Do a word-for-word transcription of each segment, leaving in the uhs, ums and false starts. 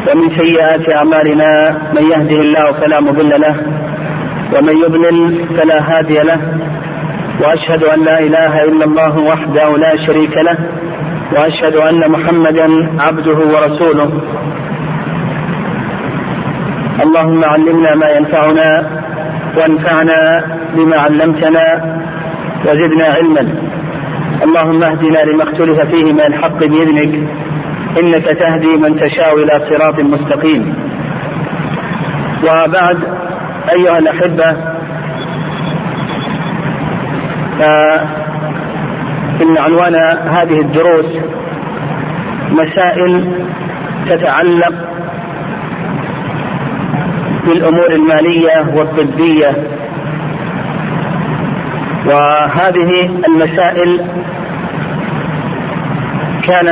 ومن سيئات أعمالنا من يهده الله فلا مضل له ومن يضلل فلا هادي له، وأشهد أن لا إله إلا الله وحده لا شريك له، وأشهد أن محمدا عبده ورسوله. اللهم علمنا ما ينفعنا وانفعنا بما علمتنا وزدنا علما. اللهم اهدنا لما اختلف فيه من الحق بإذنك، إنك تهدي من تشاء إلى صراط مستقيم. وبعد، أيها الأحبة، فإن عنوان هذه الدروس مسائل تتعلق بالأمور المالية والطبية، وهذه المسائل كان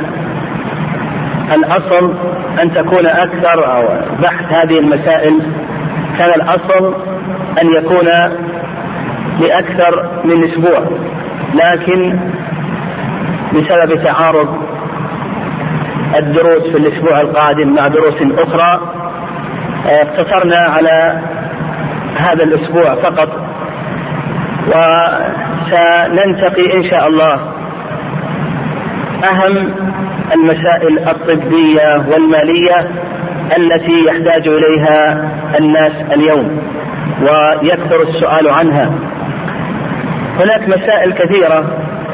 الأصل أن تكون أكثر، أو بحث هذه المسائل كان الأصل أن يكون لأكثر من أسبوع، لكن بسبب تعارض الدروس في الأسبوع القادم مع دروس أخرى اقتصرنا على هذا الأسبوع فقط، وسننتقي إن شاء الله أهم المسائل الطبية والمالية التي يحتاج إليها الناس اليوم ويكثر السؤال عنها. هناك مسائل كثيرة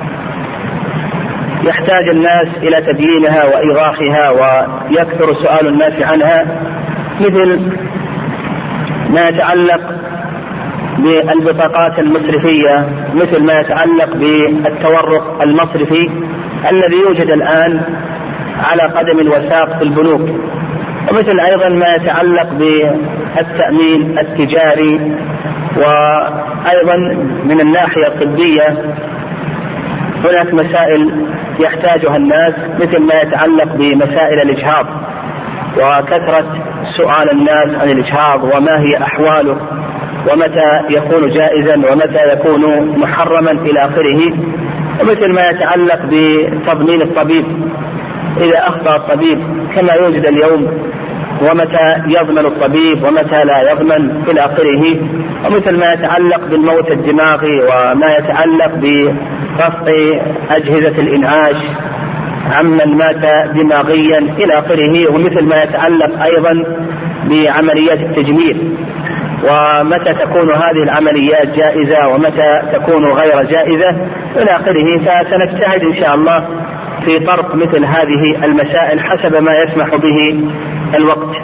يحتاج الناس إلى تبيينها وإيضاحها ويكثر سؤال الناس عنها، مثل ما يتعلق بالبطاقات المصرفية، مثل ما يتعلق بالتورق المصرفي الذي يوجد الآن على قدم وساق في البنوك، ومثل أيضا ما يتعلق بالتأمين التجاري. وأيضا من الناحية الطبية هناك مسائل يحتاجها الناس، مثل ما يتعلق بمسائل الإجهاض وكثرة سؤال الناس عن الإجهاض وما هي أحواله ومتى يكون جائزا ومتى يكون محرما إلى آخره، ومثل ما يتعلق بتضمين الطبيب إذا أخطأ الطبيب كما يوجد اليوم، ومتى يضمن الطبيب ومتى لا يضمن إلى آخره، ومثل ما يتعلق بالموت الدماغي وما يتعلق برفع أجهزة الإنعاش عمن مات دماغيا إلى آخره، ومثل ما يتعلق أيضا بعمليات التجميل ومتى تكون هذه العمليات جائزة ومتى تكون غير جائزة إلى آخره. فسنجتهد إن شاء الله في طرق مثل هذه المسائل حسب ما يسمح به الوقت.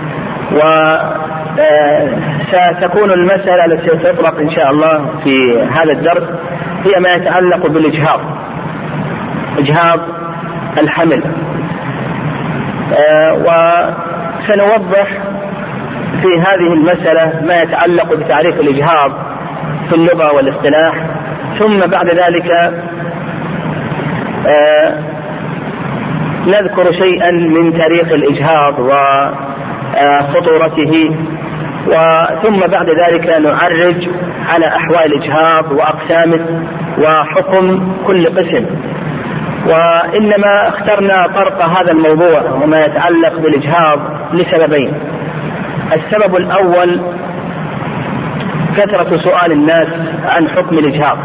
وستكون المسألة التي تطرق إن شاء الله في هذا الدرس هي ما يتعلق بالإجهاض، إجهاض الحمل. وسنوضح في هذه المسألة ما يتعلق بتعريف الإجهاض في اللغة والاصطلاح، ثم بعد ذلك آه نذكر شيئا من تاريخ الإجهاض وخطورته، وثم بعد ذلك نعرج على أحوال الإجهاض وأقسامه وحكم كل قسم. وإنما اخترنا طرق هذا الموضوع وما يتعلق بالإجهاض لسببين. السبب الأول كثرة سؤال الناس عن حكم الإجهاض،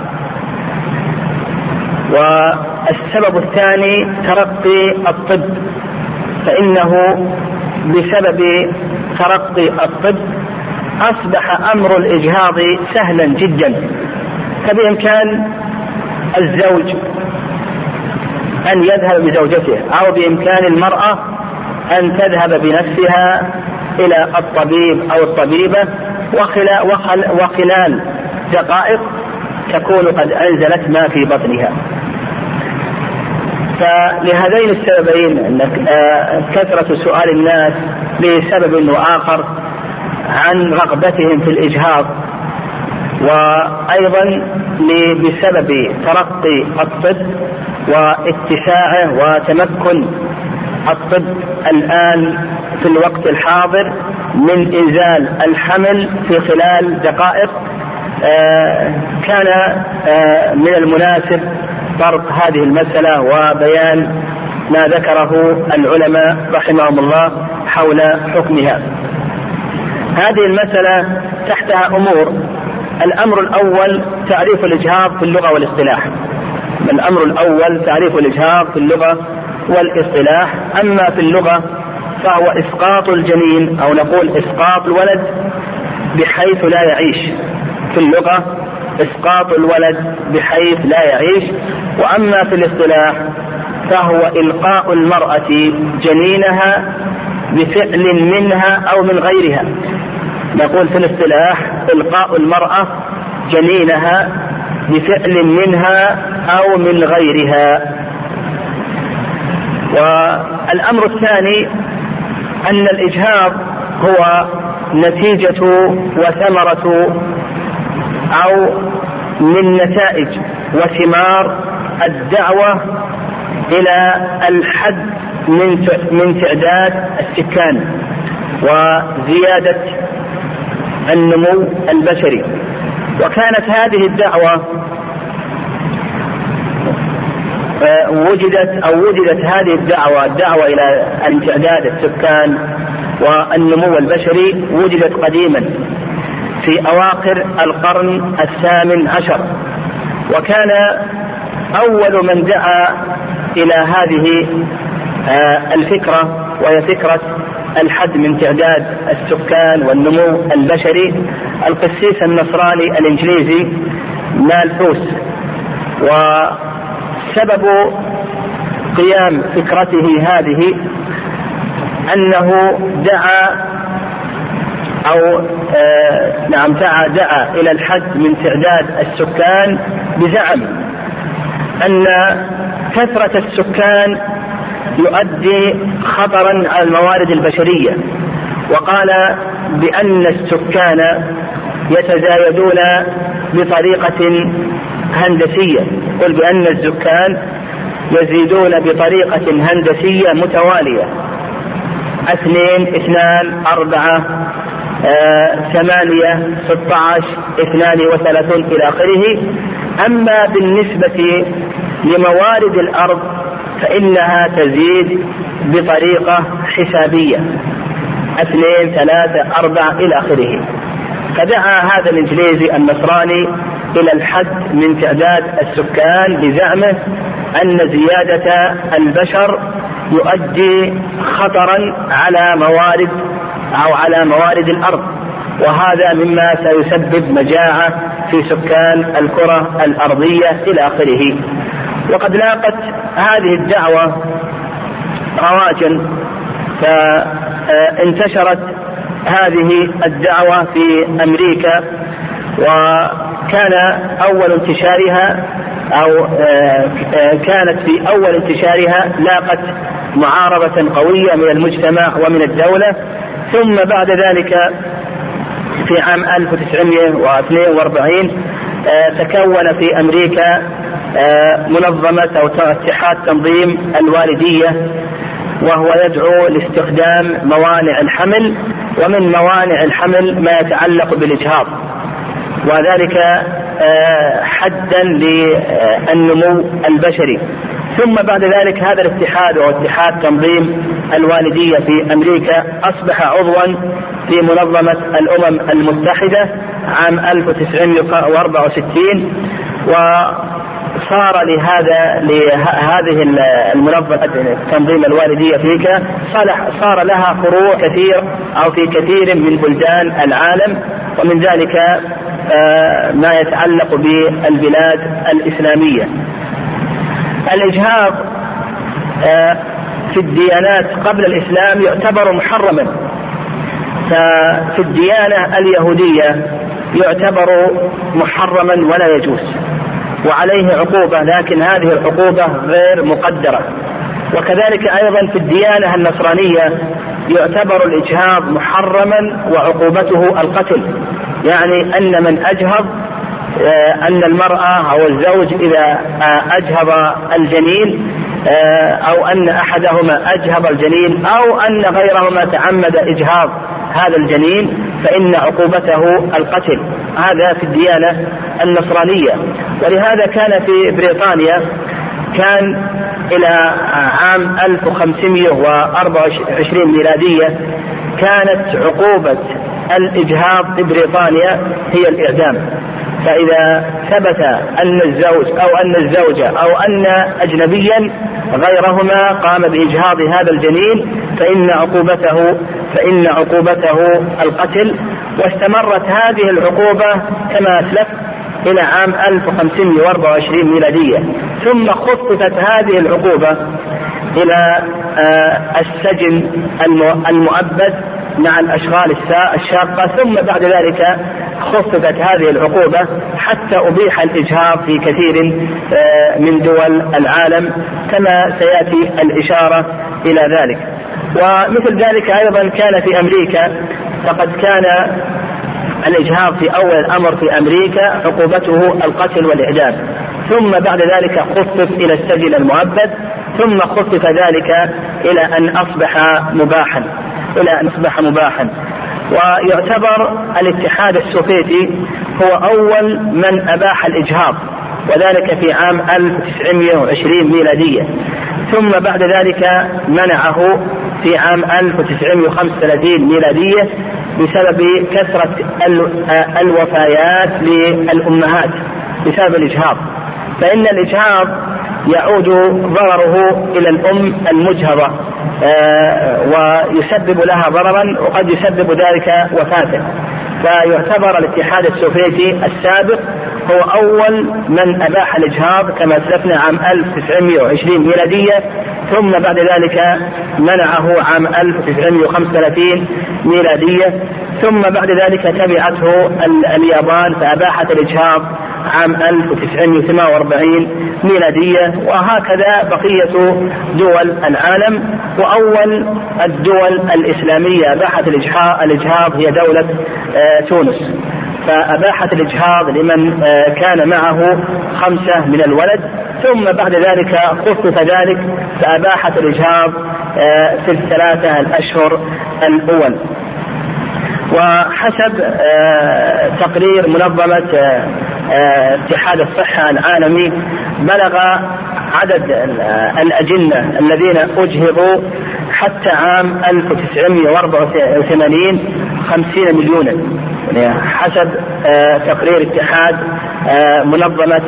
والسبب الثاني ترقي الطب، فإنه بسبب ترقي الطب أصبح أمر الإجهاض سهلا جدا، فبإمكان الزوج أن يذهب بزوجته أو بإمكان المرأة أن تذهب بنفسها إلى الطبيب أو الطبيبة، وخلال دقائق تكون قد أنزلت ما في بطنها. فلهذين السببين، أن كثرة سؤال الناس لسبب وآخر عن رغبتهم في الإجهاض، وأيضا بسبب ترقي الطب واتساعه وتمكن الطب الآن في الوقت الحاضر من إنزال الحمل في خلال دقائق، آه كان آه من المناسب طرق هذه المسألة وبيان ما ذكره العلماء رحمهم الله حول حكمها. هذه المسألة تحتها أمور. الأمر الأول تعريف الإجهاض في اللغة والاصطلاح. الأمر الأول تعريف الإجهاض في اللغة والاصطلاح. أما في اللغة فهو إسقاط الجنين أو نقول إسقاط الولد بحيث لا يعيش. في اللغة إسقاط الولد بحيث لا يعيش. وأما في الاصطلاح فهو إلقاء المرأة جنينها بفعل منها أو من غيرها. نقول في الاصطلاح إلقاء المرأة جنينها بفعل منها أو من غيرها. والأمر الثاني أن الإجهاض هو نتيجة وثمرة أو من نتائج وثمار الدعوة إلى الحد من تعداد السكان وزيادة النمو البشري. وكانت هذه الدعوة وجدت أو وجدت هذه الدعوة الدعوة إلى تعداد السكان والنمو البشري وجدت قديما في أواخر القرن الثامن عشر. وكان أول من دعا إلى هذه الفكرة وهي فكرة الحد من تعداد السكان والنمو البشري القسيس النصراني الإنجليزي مالثوس. وسبب قيام فكرته هذه أنه دعا أو آه نعم دعا دعا إلى الحد من تعداد السكان بزعم أن كثرة السكان يؤدي خطرا على الموارد البشرية. وقال بأن السكان يتزايدون بطريقة هندسية. قل بأن السكان يزيدون بطريقة هندسية متوالية اثنين اثنان أربعة آه، ثمانية ستة عشر اثنان وثلاثون إلى آخره. أما بالنسبة لموارد الأرض فإنها تزيد بطريقة حسابية اثنين ثلاثة أربعة إلى آخره. فدعا هذا الإنجليزي النصراني إلى الحد من تعداد السكان بزعمه أن زيادة البشر يؤدي خطرا على موارد أو على موارد الأرض، وهذا مما سيسبب مجاعة في سكان الكرة الأرضية إلى آخره. وقد لاقت هذه الدعوة رواجا، فانتشرت هذه الدعوة في أمريكا، وكان أول انتشارها أو كانت في أول انتشارها لاقت معارضة قوية من المجتمع ومن الدولة. ثم بعد ذلك في عام ألف وتسعمائة واثنين وأربعين تكون في أمريكا منظمة أو اتحاد تنظيم الوالدية، وهو يدعو لاستخدام موانع الحمل، ومن موانع الحمل ما يتعلق بالإجهاض، وذلك حدا للنمو البشري. ثم بعد ذلك هذا الاتحاد أو اتحاد تنظيم الوالدية في أمريكا أصبح عضوا في منظمة الأمم المتحدة عام ألف وتسعمائة وأربعة وستين، وصار لهذا لهذه المنظمة تنظيم الوالدية فيك صار لها فروع كثير أو في كثير من بلدان العالم، ومن ذلك ما يتعلق بالبلاد الإسلامية. الإجهاض في الديانات قبل الإسلام يعتبر محرما، ففي الديانة اليهودية يعتبر محرما ولا يجوز وعليه عقوبة، لكن هذه العقوبة غير مقدرة. وكذلك أيضا في الديانة النصرانية يعتبر الإجهاض محرما وعقوبته القتل، يعني أن من أجهض أن المرأة أو الزوج إذا أجهض الجنين أو أن أحدهما أجهض الجنين أو أن غيرهما تعمد إجهاض هذا الجنين فإن عقوبته القتل. هذا في الديانة النصرانية. ولهذا كان في بريطانيا كان إلى عام ألف وخمسمائة وأربعة وعشرين ميلادية كانت عقوبة الإجهاض في بريطانيا هي الإعدام. فإذا ثبت أن الزوج أو أن الزوجة أو أن أجنبيا غيرهما قام بإجهاض هذا الجنين فإن عقوبته فإن عقوبته القتل. واستمرت هذه العقوبة كما أسلف إلى عام ألف وخمسمائة وأربعة وعشرين ميلادية، ثم خففت هذه العقوبة إلى السجن المؤبد مع الأشغال الشاقة، ثم بعد ذلك خففت هذه العقوبة حتى أبيح الإجهاض في كثير من دول العالم كما سيأتي الإشارة إلى ذلك. ومثل ذلك أيضا كان في أمريكا، فقد كان الإجهاض في أول الأمر في أمريكا عقوبته القتل والإعدام، ثم بعد ذلك خفف إلى السجن المؤبد، ثم خفف ذلك إلى أن أصبح مباحا إلى أن أصبح مباحا. ويعتبر الاتحاد السوفيتي هو أول من أباح الإجهاض، وذلك في عام ألف وتسعمائة وعشرين ميلادية، ثم بعد ذلك منعه في عام ألف وتسعمائة وخمسة وثلاثين ميلادية بسبب كثرة الوفيات للأمهات بسبب الإجهاض، فإن الإجهاض يعود ضرره إلى الأم المجهضة ويسبب لها ضررا وقد يسبب ذلك وفاته. فيعتبر الاتحاد السوفيتي السابق هو أول من أباح الإجهاض كما سلفنا عام ألف وتسعمائة وعشرين ميلادية، ثم بعد ذلك منعه عام ألف وتسعمائة وخمسة وثلاثين ميلادية، ثم بعد ذلك تبعته اليابان فأباحت الإجهاض عام ألف وتسعمائة وثمانية وأربعين ميلادية، وهكذا بقية دول العالم. وأول الدول الإسلامية أباحت الإجهاض هي دولة تونس، فأباحت الإجهاض لمن كان معه خمسة من الولد، ثم بعد ذلك خفف ذلك فأباحت الإجهاض في الثلاثة الأشهر الأول. وحسب تقرير منظمة اتحاد الصحة العالمي بلغ عدد الأجنة الذين أجهضوا حتى عام ألف وتسعمائة وأربعة وثمانين خمسين مليونا، حسب تقرير اتحاد منظمة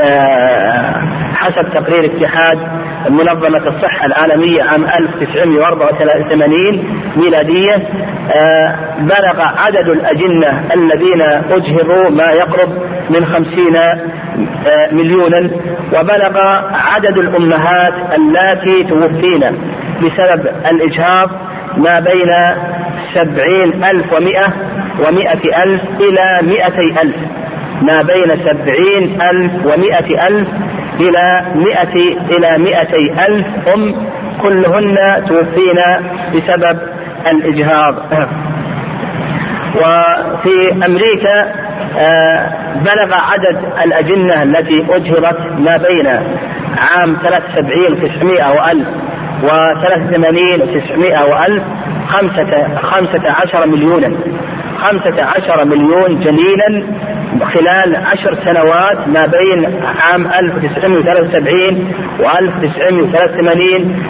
حسب تقرير اتحاد منظمة الصحة العالمية عام ألف وتسعمائة وأربعة وثمانين ميلادية بلغ عدد الأجنة الذين أجهضوا ما يقرب من خمسين مليونا، وبلغ عدد الأمهات اللاتي توفين بسبب الإجهاض ما بين سبعين ألف ومئة ومئة ألف إلى مئتي ألف، ما بين سبعين ألف ومئة ألف إلى مئة إلى مئتي ألف أم كلهن توفين بسبب الإجهاض. وفي أمريكا بلغ عدد الأجنة التي أجهضت ما بين عام ثلاثة وسبعين وتسعمائة وألف وثلاثة وثمانين وتسعمائة وألف خمسة خمسة عشر مليونا خمسة عشر مليون جنينا خلال عشر سنوات ما بين عام ألف وتسعمائة وثلاثة وسبعين وألف وتسعمائة وثلاثة وثمانين.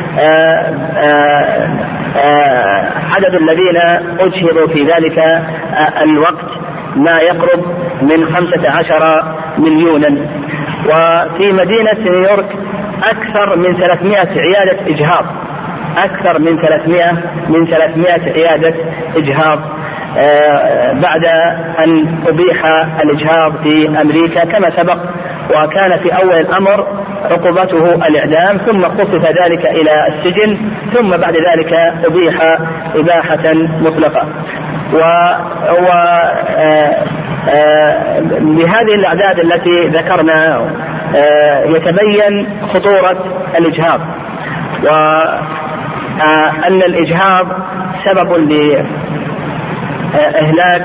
عدد الذين أجهضوا في ذلك الوقت ما يقرب من خمسة عشر مليونا. وفي مدينة نيويورك أكثر من ثلاثمائة عيادة إجهاض أكثر من ثلاثمائة من ثلاثمائة عيادة إجهاض بعد أن أبيح الإجهاض في أمريكا كما سبق، وكان في أول الأمر عقوبته الإعدام، ثم خفف ذلك إلى السجن، ثم بعد ذلك أبيح إباحة مطلقة. وبهذه الأعداد التي ذكرنا يتبين خطورة الإجهاض، وأن الإجهاض سبب لإهلاك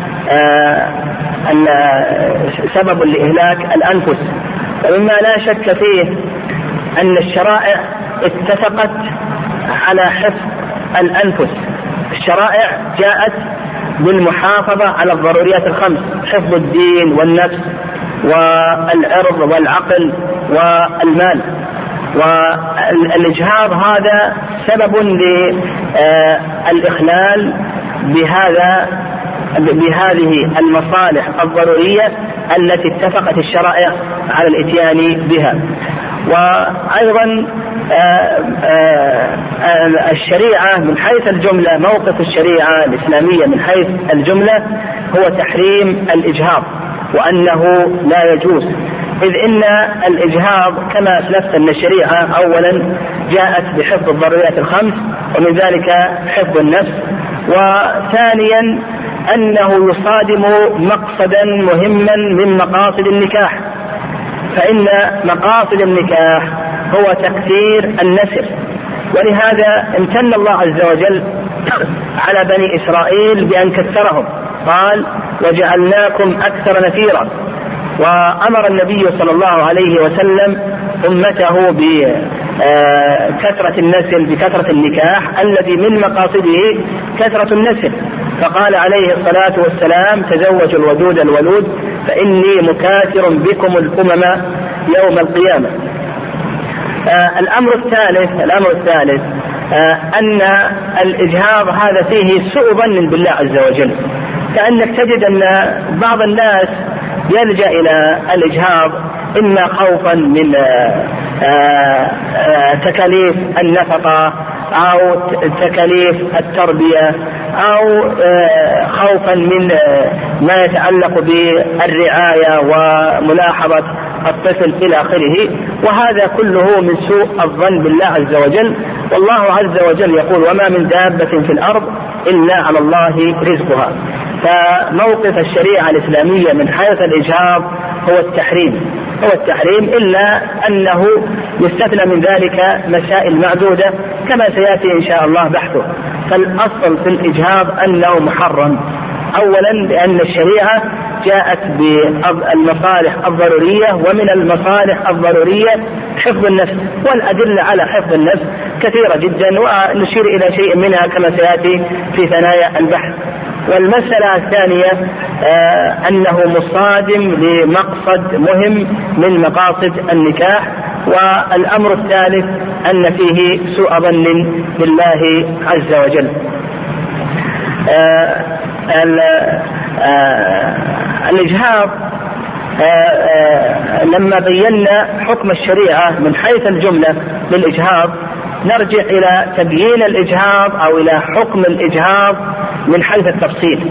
سبب لإهلاك الأنفس، ومما لا شك فيه أن الشرائع اتفقت على حفظ الأنفس. الشرائع جاءت بالمحافظة على الضروريات الخمس: حفظ الدين والنفس والعرض والعقل والمال. والإجهاض هذا سبب للإخلال بهذا بهذه المصالح الضرورية التي اتفقت الشرائع على الاتيان بها. وأيضا الشريعة من حيث الجملة، موقف الشريعة الإسلامية من حيث الجملة هو تحريم الإجهاض، وأنه لا يجوز، إذ إن الإجهاض كما أسلفت أن الشريعة أولا جاءت بحفظ الضروريات الخمس ومن ذلك حفظ النفس، وثانيا أنه يصادم مقصدا مهما من مقاصد النكاح، فإن مقاصد النكاح هو تكثير النسل، ولهذا امتن الله عز وجل على بني إسرائيل بأن كثرهم، قال وجعلناكم أكثر نفيرا، وأمر النبي صلى الله عليه وسلم أمته بكثرة النسل بكثرة النكاح الذي من مقاصده كثرة النسل، فقال عليه الصلاة والسلام تزوجوا الودود الولود فإني مكاثر بكم الأمم يوم القيامة. آه الأمر الثالث الأمر الثالث آه أن الإجهاض هذا فيه سوء ظن بالله عز وجل، كأنك تجد أن بعض الناس يلجأ إلى الإجهاض إما خوفا من آه آه تكاليف النفقة أو تكاليف التربية أو خوفا من ما يتعلق بالرعاية وملاحظة الطفل إلى آخره، وهذا كله من سوء الظن بالله عز وجل. والله عز وجل يقول وما من دابة في الأرض إلا على الله رزقها. فموقف الشريعة الإسلامية من حيث الإجهاض هو التحريم هو التحريم إلا أنه يستثنى من ذلك مسائل معدودة كما سيأتي إن شاء الله بحثه. فالأصل في الإجهاض أنه محرم، أولا لأن الشريعة جاءت بالمصالح الضرورية، ومن المصالح الضرورية حفظ النفس، والأدلة على حفظ النفس كثيرة جدا ونشير إلى شيء منها كما سيأتي في ثنايا البحث. والمسألة الثانية آه أنه مصادم لمقصد مهم من مقاصد النكاح. والأمر الثالث أن فيه سوء ظن بالله عز وجل. آه آه الإجهاض آه آه لما بينا حكم الشريعة من حيث الجملة للإجهاض نرجع إلى تبيين الإجهاض أو إلى حكم الإجهاض من حيث التفصيل.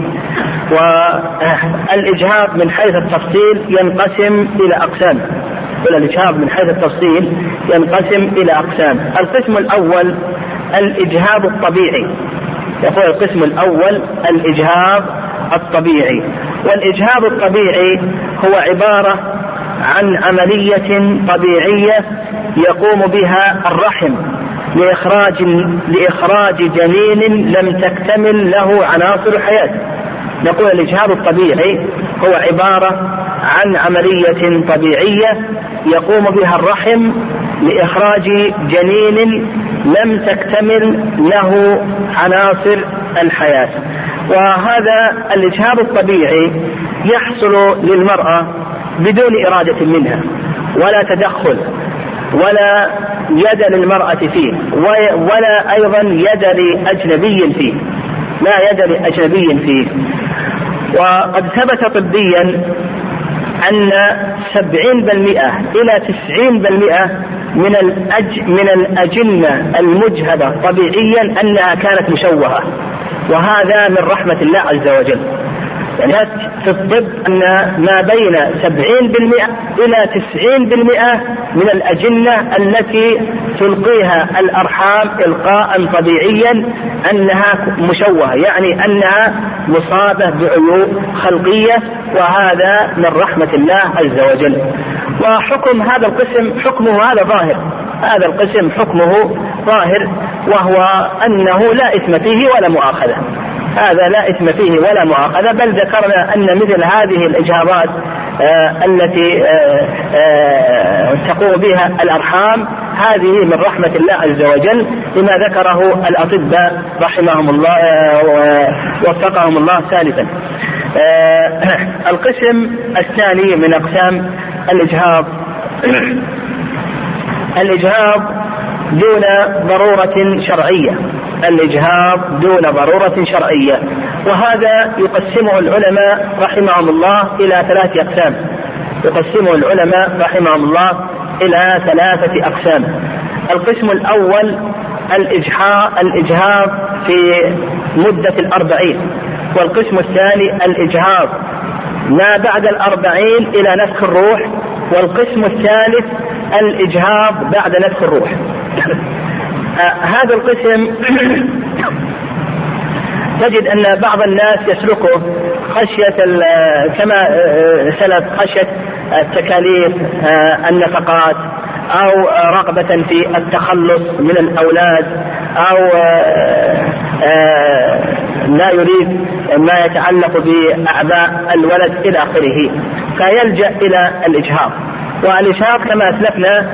والإجهاض من حيث التفصيل ينقسم إلى أقسام، والإجهاض من حيث التفصيل ينقسم إلى أقسام. القسم الأول الإجهاض الطبيعي، يقول القسم الأول الإجهاض الطبيعي. والإجهاض الطبيعي هو عبارة عن عملية طبيعية يقوم بها الرحم لإخراج لإخراج جنين لم تكتمل له عناصر الحياة. نقول الإجهاض الطبيعي هو عبارة عن عملية طبيعية يقوم بها الرحم لإخراج جنين لم تكتمل له عناصر الحياة. وهذا الإجهاض الطبيعي يحصل للمرأة بدون إرادة منها ولا تدخل ولا يد للمرأة فيه ولا أيضا يد لأجنبي فيه لا يد لأجنبي فيه. وقد ثبت طبيا أن سبعين بالمئة إلى تسعين بالمئة من الأج من الأجنة المجهدة طبيعيا أنها كانت مشوهة، وهذا من رحمة الله عز وجل. يعني في الطب أن ما بين سبعين بالمئة إلى تسعين بالمئة من الأجنة التي تلقيها الأرحام إلقاء طبيعيا أنها مشوهة، يعني أنها مصابة بعيوب خلقية، وهذا من رحمة الله عز وجل. وحكم هذا القسم حكمه هذا ظاهر هذا القسم حكمه ظاهر وهو أنه لا إثم فيه ولا مؤاخذة هذا لا إثم فيه ولا مؤاخذة. بل ذكرنا أن مثل هذه الإجهاضات آه التي آه آه تقوم بها الأرحام هذه من رحمة الله عز وجل لما ذكره الأطباء رحمهم الله ووفقهم الله ثالثا. القسم الثاني من أقسام الإجهاض الإجهاض دون ضرورة شرعية، الإجهاض دون ضرورة شرعية، وهذا يقسمه العلماء رحمهم الله إلى ثلاث أقسام، يقسمه العلماء رحمهم الله إلى ثلاثة أقسام. القسم الأول الإجهاض في مدة الأربعين، والقسم الثاني الإجهاض ما بعد الأربعين إلى نفخ الروح، والقسم الثالث الإجهاض بعد نفخ الروح. آه هذا القسم تجد أن بعض الناس يسلكه خشية كما سلف خشية التكاليف آه النفقات، أو رغبة في التخلص من الأولاد، أو آه آه لا يريد ما يتعلق بأعباء الولد إلى آخره، فيلجأ إلى الإجهاض. والإجهاض كما أسلفنا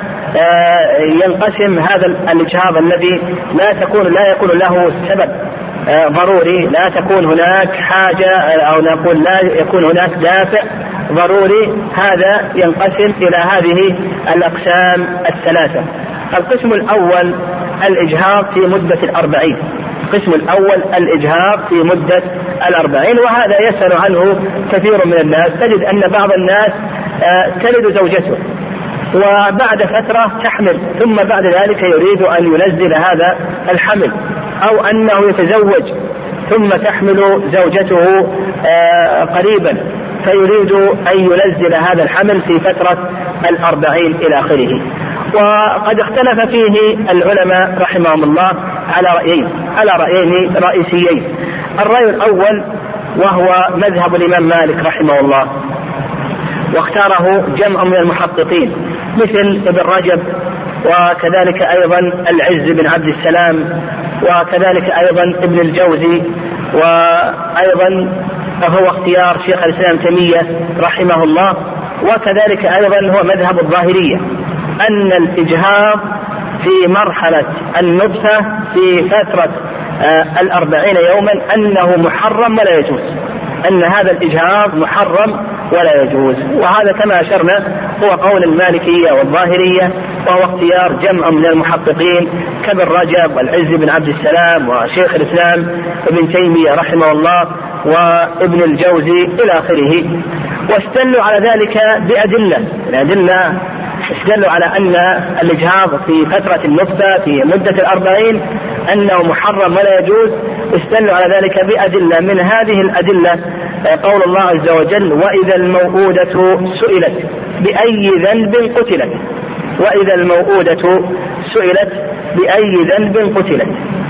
ينقسم هذا الإجهاض الذي لا تكون لا يكون له سبب ضروري، لا تكون هناك حاجة أو نقول لا يكون هناك دافع ضروري، هذا ينقسم إلى هذه الأقسام الثلاثة. القسم الأول الإجهاض في مدة الأربعين، القسم الأول الإجهاض في مدة الأربعين، وهذا يسأل عنه كثير من الناس. تجد أن بعض الناس تلد زوجته وبعد فترة تحمل، ثم بعد ذلك يريد أن ينزل هذا الحمل، أو أنه يتزوج ثم تحمل زوجته قريبا فيريد أن ينزل هذا الحمل في فترة الأربعين إلى آخره. وقد اختلف فيه العلماء رحمهم الله على رأيين على رأيين رئيسيين. الرأي الأول وهو مذهب الإمام مالك رحمه الله، واختاره جمع من المحققين مثل ابن رجب، وكذلك أيضا العز بن عبد السلام، وكذلك أيضا ابن الجوزي، وأيضا هو اختيار شيخ الإسلام تيمية رحمه الله، وكذلك أيضا هو مذهب الظاهرية، أن الإجهاض في مرحلة النطفة في فترة آه الأربعين يوما أنه محرم ولا يجوز، أن هذا الإجهاض محرم ولا يجوز. وهذا كما أشرنا هو قول المالكية والظاهرية، وهو اختيار جمع من المحققين كابن رجب والعز بن عبد السلام وشيخ الإسلام ابن تيمية رحمه الله وابن الجوزي إلى آخره. واستدلوا على ذلك بأدلة، الأدلة استدلوا على أن الإجهاض في فترة النطفة في مدة الأربعين أنه محرم ولا يجوز، استدلوا على ذلك بأدلة. من هذه الأدلة قول الله عز وجل: وإذا الموءودة سئلت بأي ذنب قتلت، وإذا الموءودة سئلت بأي ذنب قتلت.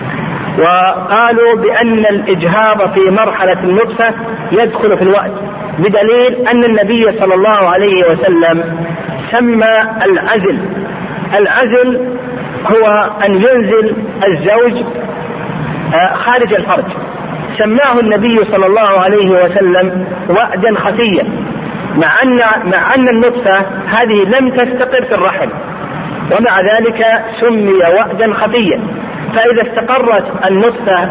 وقالوا بأن الإجهاض في مرحلة النطفة يدخل في الوقت، بدليل أن النبي صلى الله عليه وسلم سمى العزل العزل هو أن ينزل الزوج خارج الفرج، سماه النبي صلى الله عليه وسلم وأدا خفيا، مع أن مع أن النطفة هذه لم تستقر في الرحم، ومع ذلك سمي وأدا خفيا. فإذا استقرت النطفة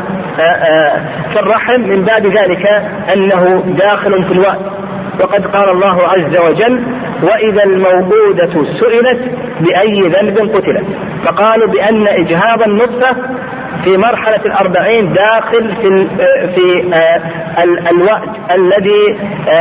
في الرحم من باب ذلك أنه داخل في الوقت. وقد قال الله عز وجل: وإذا الموءودة سئلت بأي ذنب قتلت. فقالوا بأن إجهاض النطفة في مرحلة الأربعين داخل في في الوقت الذي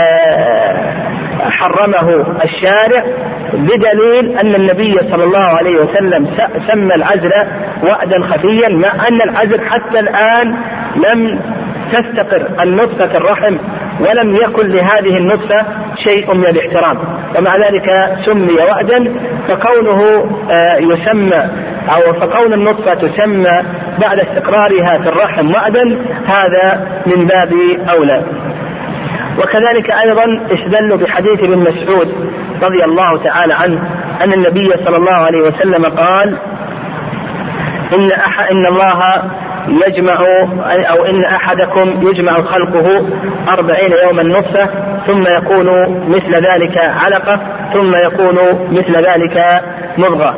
حرمه الشارع، بدليل أن النبي صلى الله عليه وسلم سمى العزل وأدا خفيا، مع أن العزل حتى الآن لم تستقر النطفة الرحم ولم يكن لهذه النطفة شيء من الاحترام، ومع ذلك سمي وأدا. فكونه يسمى أو فكون النطفة تسمى بعد استقرارها في الرحم وأدا هذا من باب أولى. وكذلك أيضا استدلوا بحديث ابن مسعود رضي الله تعالى عنه أن النبي صلى الله عليه وسلم قال: إن, أح إن الله يجمع أو إن أحدكم يجمع خلقه أربعين يوما نطفة، ثم يكون مثل ذلك علقة، ثم يكون مثل ذلك مضغة.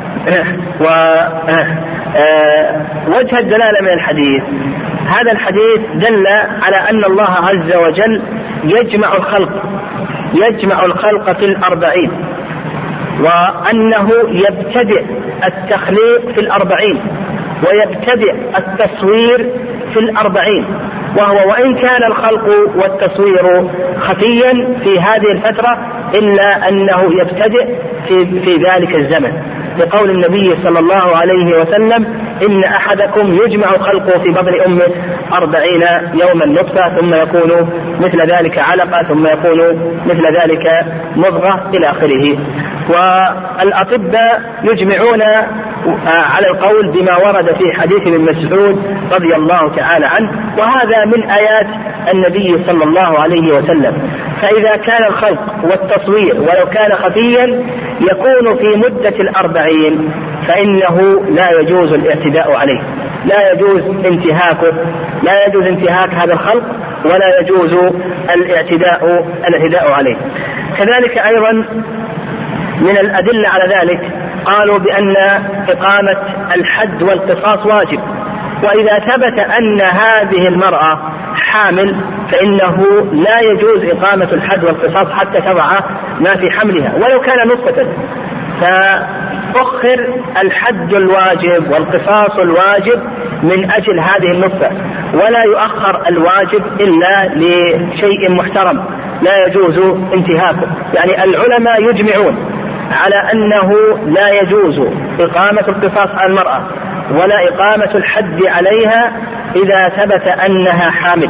ووجه الدلالة من الحديث، هذا الحديث دل على أن الله عز وجل يجمع الخلق يجمع الخلق في الأربعين، وأنه يبتدئ التخليق في الأربعين ويبتدئ التصوير في الأربعين، وهو وإن كان الخلق والتصوير خفيا في هذه الفترة إلا أنه يبتدئ في, في ذلك الزمن، لقول النبي صلى الله عليه وسلم: إن أحدكم يجمع خلقه في بطن أمه أربعين يوما نطفة ثم يكون مثل ذلك علقة ثم يكون مثل ذلك مضغة إلى آخره. والأطباء يجمعون على القول بما ورد في حديث ابن مسعود رضي الله تعالى عنه، وهذا من آيات النبي صلى الله عليه وسلم. فإذا كان الخلق والتصوير ولو كان خفيا يكون في مدة الأربعين فإنه لا يجوز الاعتداء عليه، لا يجوز انتهاكه، لا يجوز انتهاك هذا الخلق ولا يجوز الاعتداء الاعتداء عليه. كذلك أيضا من الأدلة على ذلك قالوا بأن إقامة الحد والقصاص واجب، وإذا ثبت أن هذه المرأة حامل فإنه لا يجوز إقامة الحد والقصاص حتى تضع ما في حملها ولو كان نطفة، فأخر الحد الواجب والقصاص الواجب من أجل هذه النطفة، ولا يؤخر الواجب إلا لشيء محترم لا يجوز انتهاكه. يعني العلماء يجمعون على أنه لا يجوز إقامة القصاص على المرأة ولا إقامة الحد عليها إذا ثبت أنها حامل.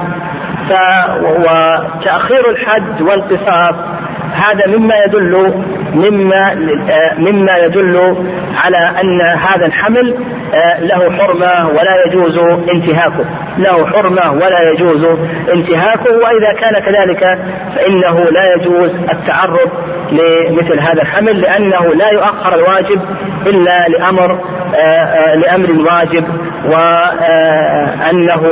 وتأخير الحد والقصاص هذا مما يدل مما مما يدل على أن هذا الحمل له حرمة ولا يجوز انتهاكه، له حرمة ولا يجوز انتهاكه. وإذا كان كذلك فإنه لا يجوز التعرض لمثل هذا الحمل، لأنه لا يؤخر الواجب إلا لأمر لأمر واجب، وأنه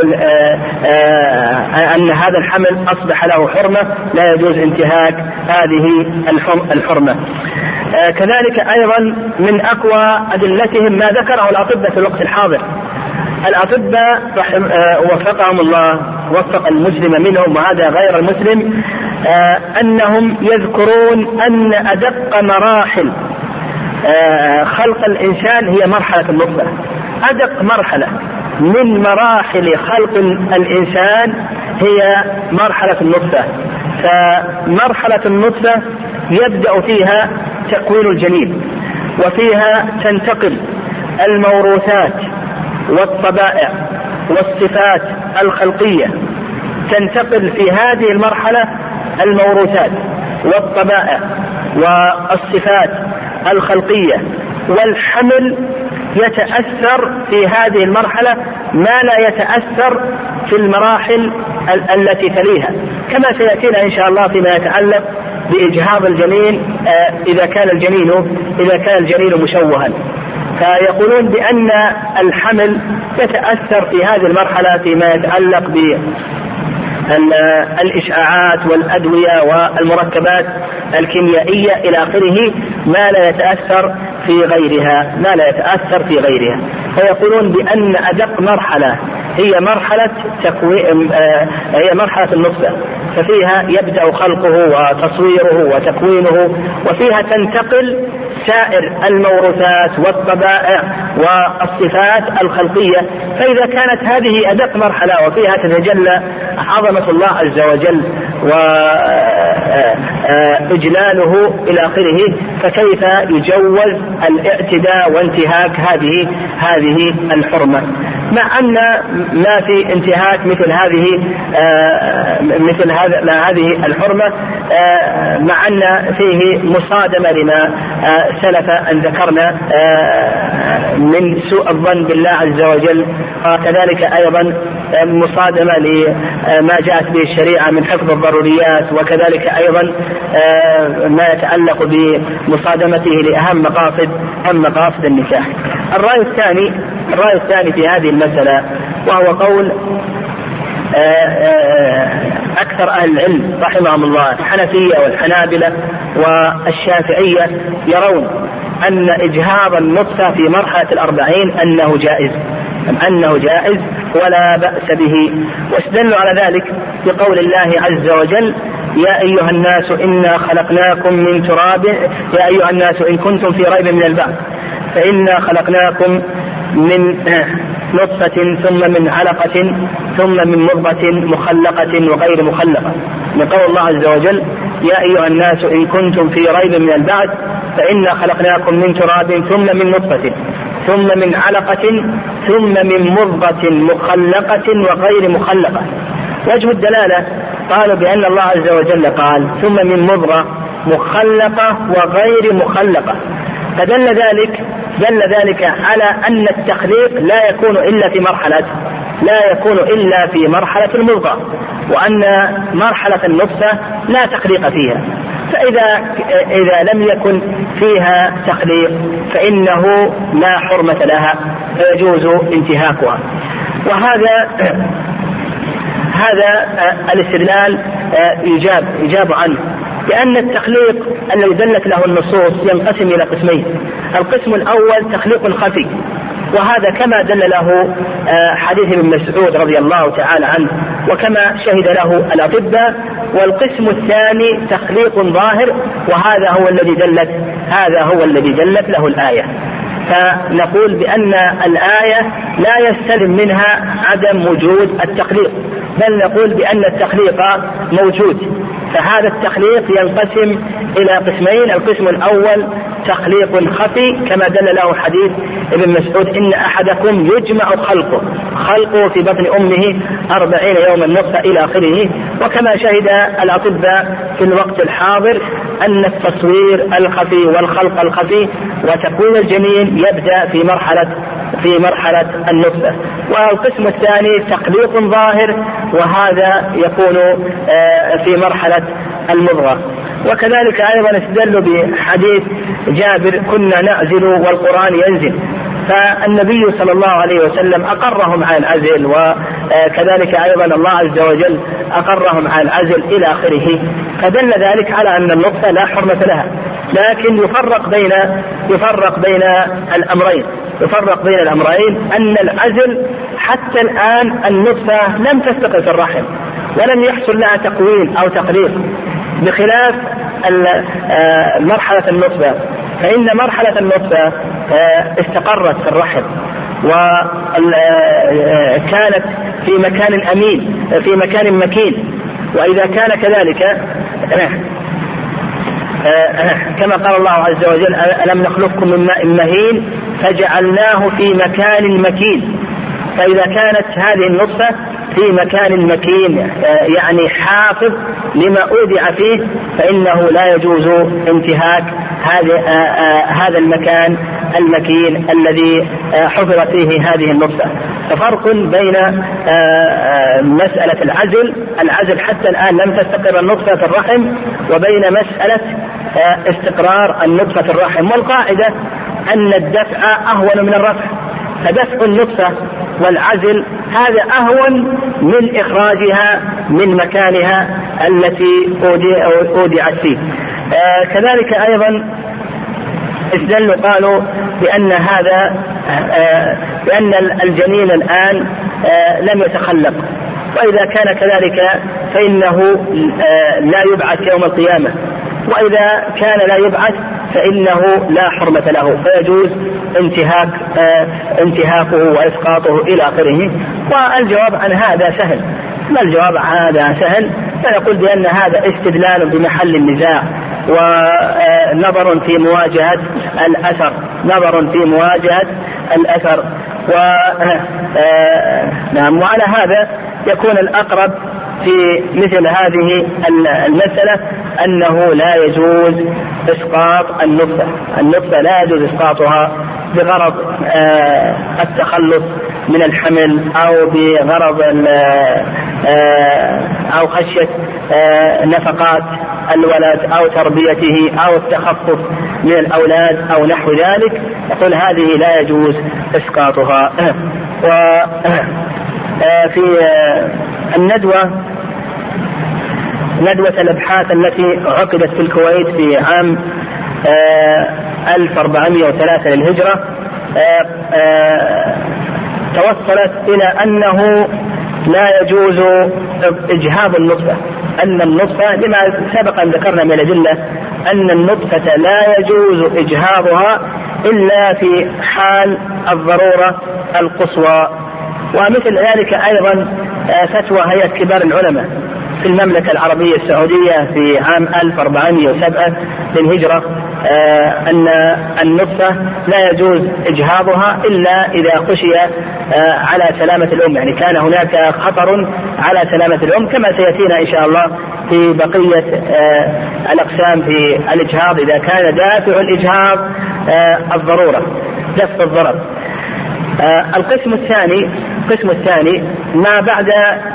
أن هذا الحمل أصبح له حرمة لا يجوز انتهاك هذه الحرمة. كذلك أيضا من أقوى أدلتهم ما ذكره الأطباء في الوقت الحاضر. الأطباء وفقهم الله وفق المسلم منهم وهذا غير المسلم، أنهم يذكرون أن أدق مراحل خلق الإنسان هي مرحلة النطفة. أدق مرحلة من مراحل خلق الإنسان هي مرحلة النطفة. فمرحلة النطفة يبدأ فيها تكوين الجنين، وفيها تنتقل الموروثات والطبائع والصفات الخلقية، تنتقل في هذه المرحلة الموروثات والطبائع والصفات الخلقية، والحمل يتأثر في هذه المرحلة ما لا يتأثر في المراحل التي تليها، كما سيأتينا إن شاء الله فيما يتعلق بإجهاض الجنين إذا كان الجنين إذا كان الجنين مشوها. فيقولون بأن الحمل يتأثر في هذه المرحلة فيما يتعلق بالإشعاعات والأدوية والمركبات الكيميائية إلى آخره ما لا يتأثر في غيرها ما لا يتأثر في غيرها. فيقولون بأن أدق مرحلة هي مرحلة تكوين هي مرحلة النطفة، ففيها يبدأ خلقه وتصويره وتكوينه، وفيها تنتقل سائر الموروثات والطبائع والصفات الخلقية. فإذا كانت هذه أدق مرحلة وفيها تتجلى عظمة الله عز وجل وإجلاله إلى آخره، فكيف يجوز الاعتداء وانتهاك هذه هذه الحرمة، مع أن ما في انتهاك مثل هذه مثل هذه الحرمة، مع أن فيه مصادمة لما سلف أن ذكرنا من سوء الظن بالله عز وجل، وكذلك أيضا مصادمة لما جاءت به الشريعة من حفظ الضروريات، وكذلك أيضا ما يتعلق بمصادمته لأهم مقاصد أهم مقاصد النكاح. الرأي الثاني الرأي الثاني في هذه المسألة وهو قول أكثر أهل العلم رحمهم الله الحنفية والحنابلة والشافعية، يرون أن إجهاض النطفة في مرحلة الأربعين أنه جائز أنه جائز ولا بأس به، واستدلوا على ذلك بقول الله عز وجل: يا أيها الناس إنا خلقناكم من تراب، يا أيها الناس إن كنتم في ريب من البعث فإنا خلقناكم من نطفة ثم من علقة ثم من مضغة مخلقة وغير مخلقة، من قول الله عز وجل يا أيها الناس إن كنتم في ريب من البعث فإنا خلقناكم من تراب ثم من نطفة ثم من علقة ثم من مضغة مخلقة وغير مخلقة. وجه الدلالة قالوا بأن الله عز وجل قال ثم من مضغة مخلقة وغير مخلقة، فدل ذلك دل ذلك على أن التخليق لا يكون إلا في مرحلة لا يكون إلا في مرحلة المضغة، وأن مرحلة النطفة لا تخليق فيها، فإذا إذا لم يكن فيها تخليق فإنه لا حرمة لها فيجوز انتهاكها. وهذا هذا الاستدلال يجاب يجاب عنه، لأن التخليق الذي دلت له النصوص ينقسم إلى قسمين. القسم الأول تخليق خفي، وهذا كما دل له حديث ابن مسعود رضي الله تعالى عنه وكما شهد له الأطباء. والقسم الثاني تخليق ظاهر، وهذا هو الذي دلت هذا هو الذي دلت له الآية. فنقول بأن الآية لا يستلم منها عدم وجود التخليق، بل نقول بأن التخليق موجود. فهذا التخليق ينقسم إلى قسمين. القسم الأول تخليق خفي كما دل له حديث ابن مسعود إن أحدكم يجمع خلقه خلقه في بطن أمه أربعين يوما نطفة إلى آخره. وكما شهد الأطباء في الوقت الحاضر أن التصوير الخفي والخلق الخفي وتكوين الجنين يبدأ في مرحلة في مرحلة النطفة. والقسم الثاني تخليق ظاهر، وهذا يكون في مرحلة المضغة. وكذلك أيضا استدلوا بحديث جابر كنا نعزل والقرآن ينزل، فالنبي صلى الله عليه وسلم أقرهم على العزل، وكذلك أيضا الله عز وجل أقرهم على العزل إلى آخره. فدل ذلك على أن النطفة لا حرمة لها، لكن يفرق بين يفرق بين الأمرين يفرق بين الأمرين أن العزل حتى الآن النطفة لم تستقر في الرحم ولم يحصل لها تكوين أو تقرير، بخلاف مرحلة النطفة، فإن مرحلة النطفة استقرت في الرحم وكانت في مكان أمين في مكان مكين. وإذا كان كذلك كما قال الله عز وجل ألم نخلقكم من ماء مهين فجعلناه في مكان مكين. فإذا كانت هذه النطفة في مكان مكين يعني حافظ لما أودع فيه، فإنه لا يجوز انتهاك هذا المكان المكين الذي حفظت فيه هذه النطفة. ففرق بين مسألة العزل العزل حتى الآن لم تستقر النطفة في الرحم، وبين مسألة استقرار النطفة في الرحم. والقاعدة أن الدفع أهون من الرفع، فدفع النطفة والعزل هذا أهون من إخراجها من مكانها التي أودعت فيه. آه كذلك أيضا استدلوا قالوا بأن هذا آه بأن الجنين الآن آه لم يتخلق، وإذا كان كذلك فإنه آه لا يبعث يوم القيامة، وإذا كان لا يبعث فإنه لا حرمة له فيجوز انتهاك آه انتهاكه وإسقاطه إلى آخره. والجواب عن هذا سهل، ما الجواب عن هذا سهل، فنقول بأن هذا استدلال بمحل النزاع ونظر في مواجهة الأثر نظر في مواجهة الأثر و نعم. وعلى هذا يكون الأقرب في مثل هذه المسألة أنه لا يجوز إسقاط النطفة النطفة لا يجوز إسقاطها بغرض التخلص من الحمل أو بغرض أو خشية نفقات الولد أو تربيته أو التخفف من الأولاد أو نحو ذلك. يقول هذه لا يجوز إسقاطها. وفي الندوة ندوة الأبحاث التي عقدت في الكويت في عام ألف وأربعمائة وثلاثة للهجرة توصلت إلى أنه لا يجوز إجهاض النطفة أن النطفة لما سبق أن ذكرنا من الأدلة أن النطفة لا يجوز إجهاضها إلا في حال الضرورة القصوى. ومثل ذلك أيضا فتوى هيئة كبار العلماء في المملكة العربية السعودية في عام ألف وأربعمائة وسبعة للهجرة أن النطفة لا يجوز إجهاضها إلا إذا خشي على سلامة الأم، يعني كان هناك خطر على سلامة الأم، كما سيأتينا إن شاء الله في بقية الأقسام في الإجهاض إذا كان دافع الإجهاض الضرورة دفع الضرر. القسم الثاني القسم الثاني ما بعد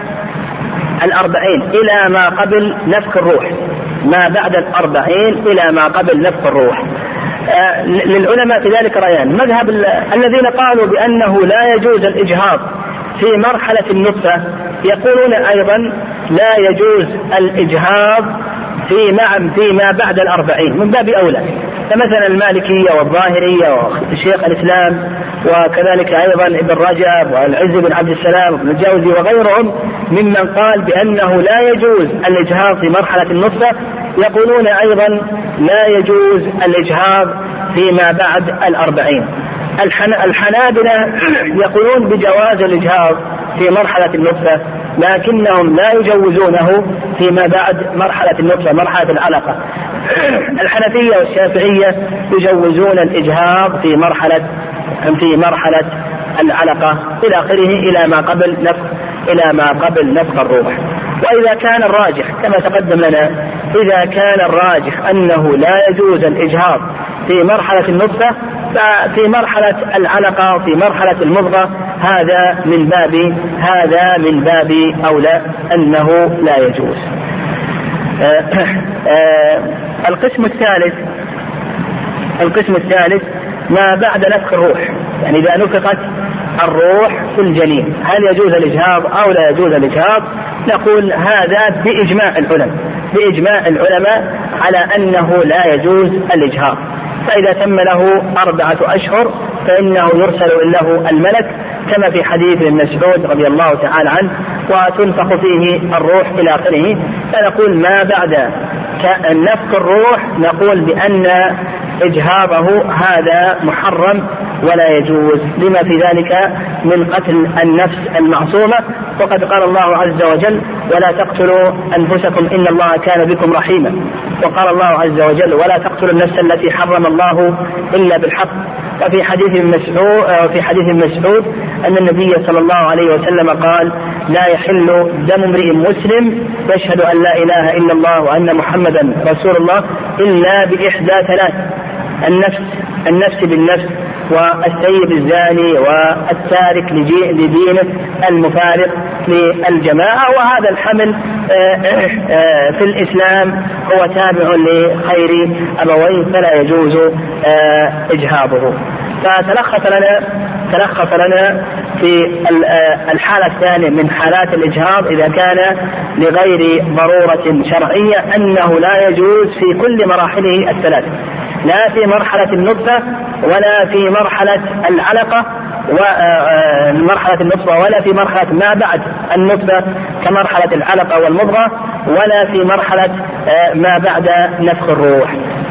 الأربعين إلى ما قبل نفخ الروح، ما بعد الأربعين إلى ما قبل نفخ الروح. آه للعلماء في ذلك رأيان. مذهب الذين قالوا بأنه لا يجوز الإجهاض في مرحلة النطفة يقولون أيضا لا يجوز الإجهاض في ما فيما بعد الأربعين من باب أولى، فمثلا المالكية والظاهرية وشيخ الإسلام وكذلك أيضا ابن رجب والعز بن عبد السلام وابن الجوزي وغيرهم ممن قال بأنه لا يجوز الإجهاض في مرحلة النطفة، يقولون أيضا لا يجوز الإجهاض فيما بعد الأربعين. الحنابلة يقولون بجواز الإجهاض في مرحلة النطفة، لكنهم لا يجوزونه فيما بعد مرحلة النطفة مرحلة العلقة. الحنفية والشافعية يجوزون الإجهاض في مرحلة في مرحلة العلقة إلى آخره إلى ما قبل نفخ إلى ما قبل نفخ الروح. وإذا كان الراجح كما تقدم لنا، إذا كان الراجح أنه لا يجوز الإجهاض في مرحلة النطفة ففي مرحلة العلقة وفي مرحلة المضغة هذا من باب هذا من باب أولى أنه لا يجوز. آآ آآ القسم الثالث القسم الثالث ما بعد نفخ الروح، يعني إذا نفخت الروح في الجنين هل يجوز الإجهاض أو لا يجوز الإجهاض؟ نقول هذا بإجماع العلماء بإجماع العلماء على أنه لا يجوز الإجهاض. فإذا تم له أربعة أشهر فإنه يرسل له الملك كما في حديث ابن مسعود رضي الله تعالى عنه، وتنفخ فيه الروح إلى آخره. فنقول ما بعد نفخ الروح نقول بأن إجهاضه هذا محرم ولا يجوز لما في ذلك من قتل النفس المعصومة. وقد قال الله عز وجل ولا تقتلوا أنفسكم إن الله كان بكم رحيما، وقال الله عز وجل ولا تقتلوا النفس التي حرم الله إلا بالحق. وفي حديث مسعود في حديث مسعود أن النبي صلى الله عليه وسلم قال لا يحل دم امرئ مسلم يشهد أن لا إله إلا الله وأن محمدا رسول الله إلا بإحدى ثلاث: النفس النفس بالنفس، والسيب الزاني، والتارك لدينه، المفارق للجماعة. وهذا الحمل في الإسلام هو تابع لخير أبوين فلا يجوز إجهاضه. فتلخص لنا تلخص لنا في الحالة الثانية من حالات الإجهاض إذا كان لغير ضرورة شرعية أنه لا يجوز في كل مراحله الثلاث، لا في مرحلة النطفة ولا في مرحلة العلقة ومرحلة النطفة ولا في مرحلة ما بعد النطفة كمرحلة العلقة والمضغة ولا في مرحلة ما بعد نفخ الروح.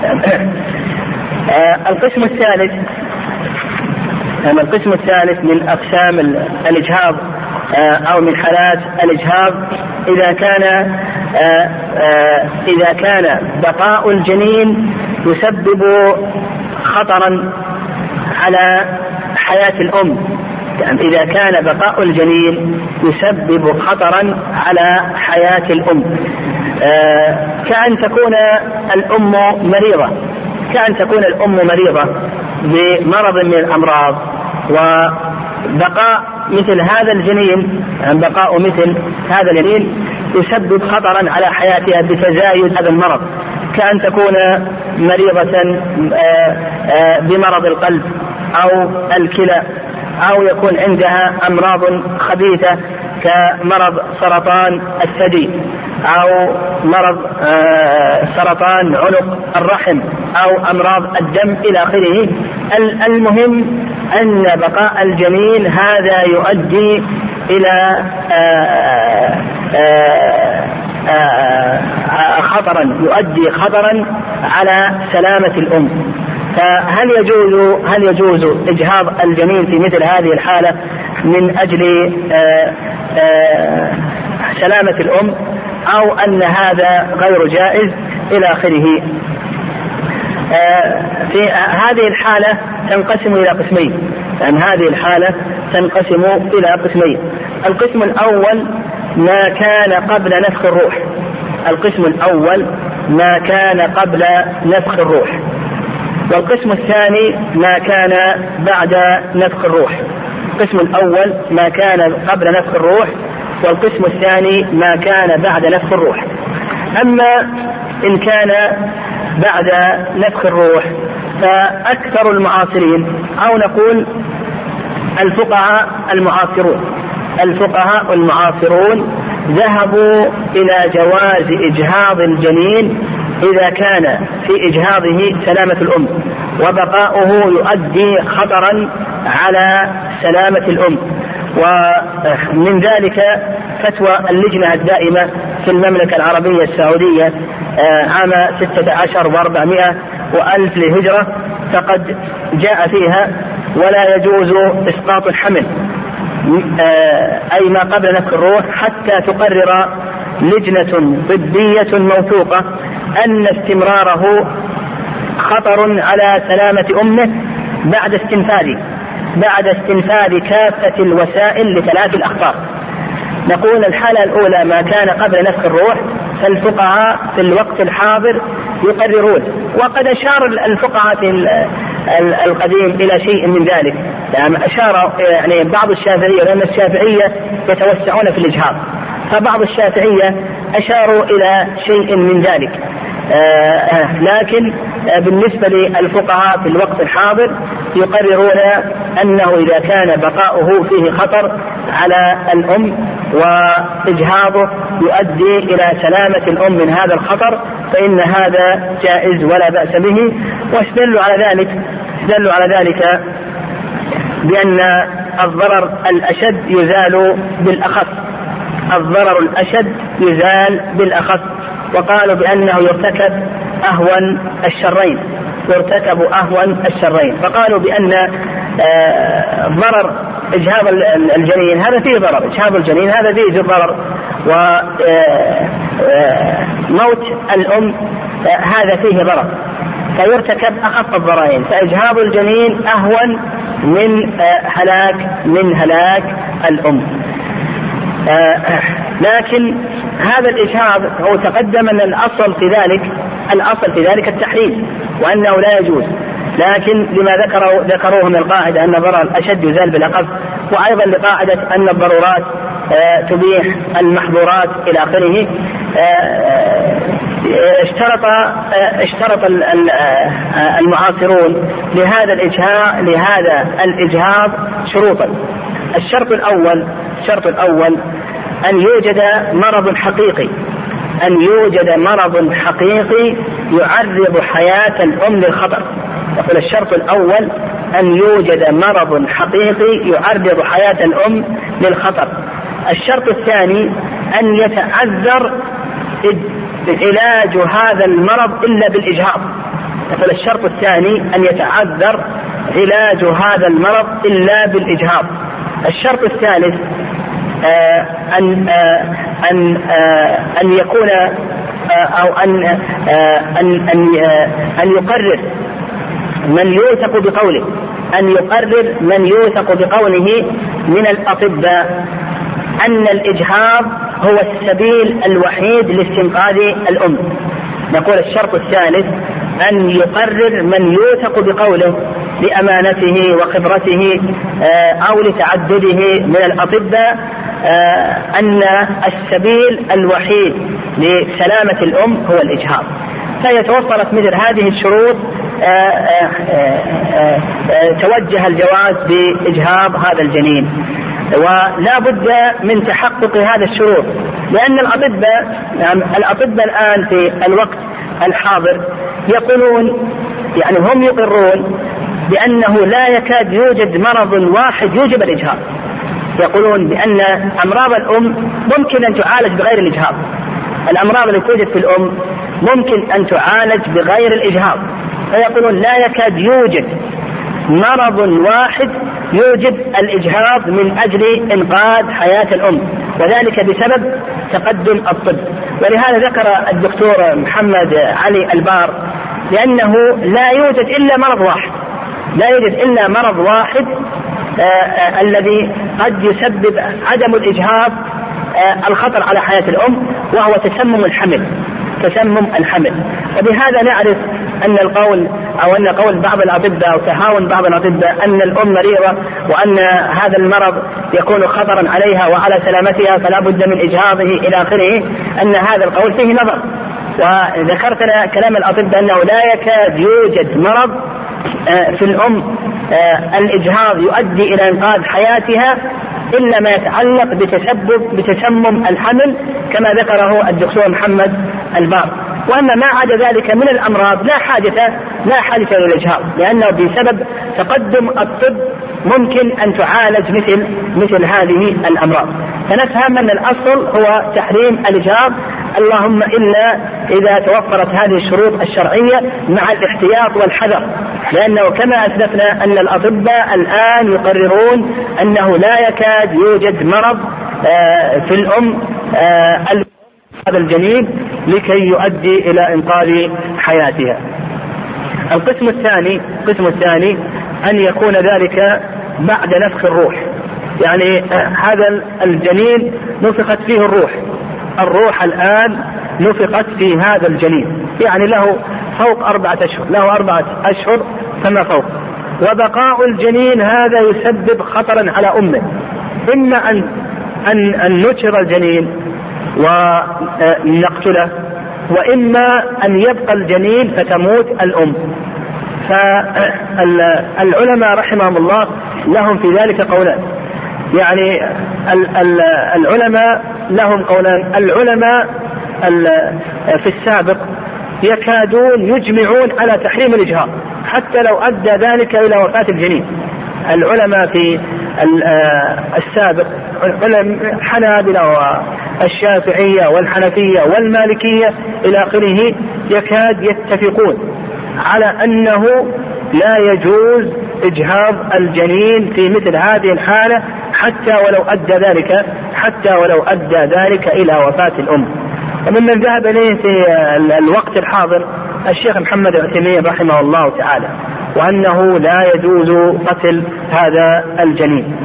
القسم الثالث القسم الثالث من أقسام الإجهاض أو من حالات الإجهاض إذا كان إذا كان بقاء الجنين يسبب خطرا على حياة الأم، يعني إذا كان بقاء الجنين يسبب خطرا على حياة الأم كأن تكون الأم مريضة كأن تكون الأم مريضة بمرض من الأمراض، وبقاء مثل هذا الجنين بقاء مثل هذا الجنين يسبب خطرا على حياتها بتزايد هذا المرض، كأن تكون مريضة بمرض القلب أو الكلى، أو يكون عندها أمراض خبيثة كمرض سرطان الثدي أو مرض سرطان عنق الرحم أو أمراض الدم إلى آخره. المهم أن بقاء الجنين هذا يؤدي إلى خطرا يؤدي خطرا على سلامة الأم. فهل يجوز هل يجوز إجهاض الجنين في مثل هذه الحالة من أجل آآ آآ سلامة الأم، أو أن هذا غير جائز إلى آخره؟ في هذه الحالة تنقسم إلى قسمين، لأن هذه الحالة تنقسم إلى قسمين. القسم الأول ما كان قبل نفخ الروح، القسم الأول ما كان قبل نفخ الروح، والقسم الثاني ما كان بعد نفخ الروح. القسم الأول ما كان قبل نفخ الروح، والقسم الثاني ما كان بعد نفخ الروح. أما إن كان بعد نفخ الروح فأكثر المعاصرين، أو نقول الفقهاء المعاصرون الفقهاء المعاصرون ذهبوا إلى جواز إجهاض الجنين إذا كان في إجهاضه سلامة الأم، وبقاؤه يؤدي خطرا على سلامة الأم. ومن ذلك فتوى اللجنة الدائمة في المملكة العربية السعودية عام ستة عشر وأربعمائة وألف للهجرة، فقد جاء فيها ولا يجوز إسقاط الحمل أي ما قبل نفخ الروح حتى تقرر لجنة طبية موثوقة أن استمراره خطر على سلامة أمه بعد استنفاذ بعد استنفاذ كافة الوسائل لثلاث الأخطار. نقول الحالة الأولى ما كان قبل نفخ الروح، فالفقهاء في الوقت الحاضر يقررون، وقد أشار الفقهاء القديم إلى شيء من ذلك، يعني أشار يعني بعض الشافعية، لأن الشافعية يتوسعون في الإجهاض، فبعض الشافعية أشاروا إلى شيء من ذلك. آه لكن آه بالنسبة للفقهاء في الوقت الحاضر يقررون أنه إذا كان بقاؤه فيه خطر على الأم وإجهاضه يؤدي إلى سلامة الأم من هذا الخطر، فإن هذا جائز ولا بأس به. واستدلوا على ذلك استدلوا على ذلك بأن الضرر الأشد يزال بالأخف الضرر الأشد يزال بالأخف وقالوا بأنه يرتكب أهون الشرين يرتكب أهون الشرين فقالوا بأن ضرر إجهاض الجنين هذا فيه ضرر، إجهاض الجنين هذا فيه ضرر، وموت الأم هذا فيه ضرر، فيرتكب أخف الضررين، فإجهاض الجنين أهون من هلاك من هلاك الأم. لكن هذا الإجهاض هو تقدم أن الأصل في ذلك الأصل في ذلك التحريم وأنه لا يجوز، لكن لما ذكروا ذكروه من القاعدة أن الضرر الأشد يزال بالأقل، وأيضا لقاعدة أن الضرورات تبيح المحظورات إلى آخره. اشترط اشترط المعاصرون لهذا الإجهاض لهذا الإجهاض شروطا. الشرط الأول الشرط الأول أن يوجد مرض حقيقي أن يوجد مرض حقيقي يعرض حياة الأم للخطر. يقول الشرط الأول أن يوجد مرض حقيقي يعرض حياة الأم للخطر. الشرط الثاني أن يتعذر علاج هذا المرض إلا بالإجهاض. يقول الشرط الثاني أن يتعذر علاج هذا المرض إلا بالإجهاض. الشرط الثالث آه أن آه أن آه أن يكون آه أو أن آه أن أن, آه أن يقرر من يوثق بقوله أن يقرر من يوثق بقوله من الأطباء أن الإجهاض هو السبيل الوحيد لاستنقاذ الأم. نقول الشرط الثالث أن يقرر من يوثق بقوله لأمانته وخبرته أو لتعدده من الأطباء أن السبيل الوحيد لسلامة الأم هو الإجهاض. فيتوفرت مثل هذه الشروط توجه الجواز بإجهاض هذا الجنين، ولا بد من تحقق هذا الشروط، لأن الأطباء الأطباء الآن في الوقت الحاضر يقولون يعني هم يقرون بأنه لا يكاد يوجد مرض واحد يوجب الإجهاض. يقولون بأن أمراض الأم ممكن أن تعالج بغير الإجهاض. الأمراض التي توجد في الأم ممكن أن تعالج بغير الإجهاض، فيقولون لا يكاد يوجد مرض واحد يوجد الإجهاض من أجل إنقاذ حياة الأم، وذلك بسبب تقدم الطب. ولهذا ذكر الدكتور محمد علي البار لأنه لا يوجد إلا مرض واحد، لا يوجد إلا مرض واحد آآ آآ الذي قد يسبب عدم الإجهاض الخطر على حياة الأم، وهو تسمم الحمل، تسمم الحمل. وبهذا نعرف أن القول أو أن قول بعض الأطباء أو تهاون بعض الأطباء أن الأم مريضة وأن هذا المرض يكون خطرا عليها وعلى سلامتها فلا بد من إجهاضه إلى آخره، أن هذا القول فيه نظر. وذكرت لنا كلام الأطباء أنه لا يكاد يوجد مرض في الأم الإجهاض يؤدي إلى إنقاذ حياتها إلا ما يتعلق بتسبب بتسمم الحمل كما ذكره الدكتور محمد البار. وأما ما عدا ذلك من الأمراض لا حاجة لا حاجة للإجهاض، لأنه بسبب تقدم الطب ممكن أن تعالج مثل مثل هذه الأمراض. فنفهم أن الأصل هو تحريم الإجهاض، اللهم إلا إذا توفرت هذه الشروط الشرعية مع الاحتياط والحذر، لأنه كما أسلفنا أن الأطباء الآن يقررون أنه لا يكاد يوجد مرض في الأم هذا الجنين لكي يؤدي إلى إنقاذ حياتها. القسم الثاني القسم الثاني أن يكون ذلك بعد نفخ الروح، يعني هذا الجنين نفخت فيه الروح، الروح الآن نفخت في هذا الجنين، يعني له فوق أربعة أشهر، له أربعة أشهر فما فوق، وبقاء الجنين هذا يسبب خطرا على أمه، إما أن أن, أن نشر الجنين ونقتله، وإما أن يبقى الجنين فتموت الأم. فالعلماء رحمهم الله لهم في ذلك قولان، يعني العلماء لهم قولان. العلماء في السابق يكادون يجمعون على تحريم الإجهاض حتى لو أدى ذلك إلى وفاة الجنين. العلماء في السابق الحنابلة والشافعية والحنفية والمالكية إلى آخره يكاد يتفقون على أنه لا يجوز إجهاض الجنين في مثل هذه الحالة حتى ولو أدى ذلك حتى ولو أدى ذلك إلى وفاة الأم. وممن ذهب إليه في الوقت الحاضر الشيخ محمد عثيمين رحمه الله تعالى، وأنه لا يجوز قتل هذا الجنين.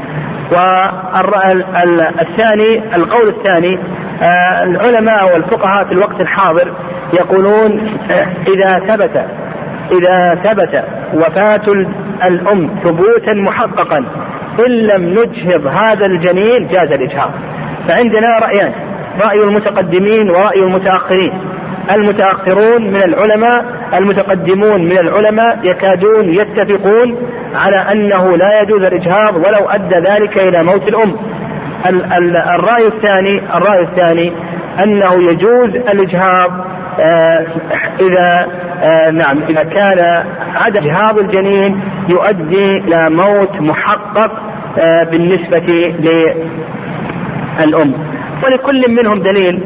والثاني القول الثاني العلماء والفقهاء في الوقت الحاضر يقولون إذا ثبت إذا ثبت وفاة الأم ثبوتا محققا إن لم نجهض هذا الجنين جاز الإجهاض. فعندنا رأيان، رأي المتقدمين ورأي المتأخرين. المتأخرون من العلماء المتقدمون من العلماء يكادون يتفقون على أنه لا يجوز الإجهاض ولو أدى ذلك إلى موت الأم. الرأي الثاني الرأي الثاني أنه يجوز الإجهاض إذا نعم إذا كان عدم إجهاض الجنين يؤدي إلى موت محقق بالنسبة للأم. ولكل منهم دليل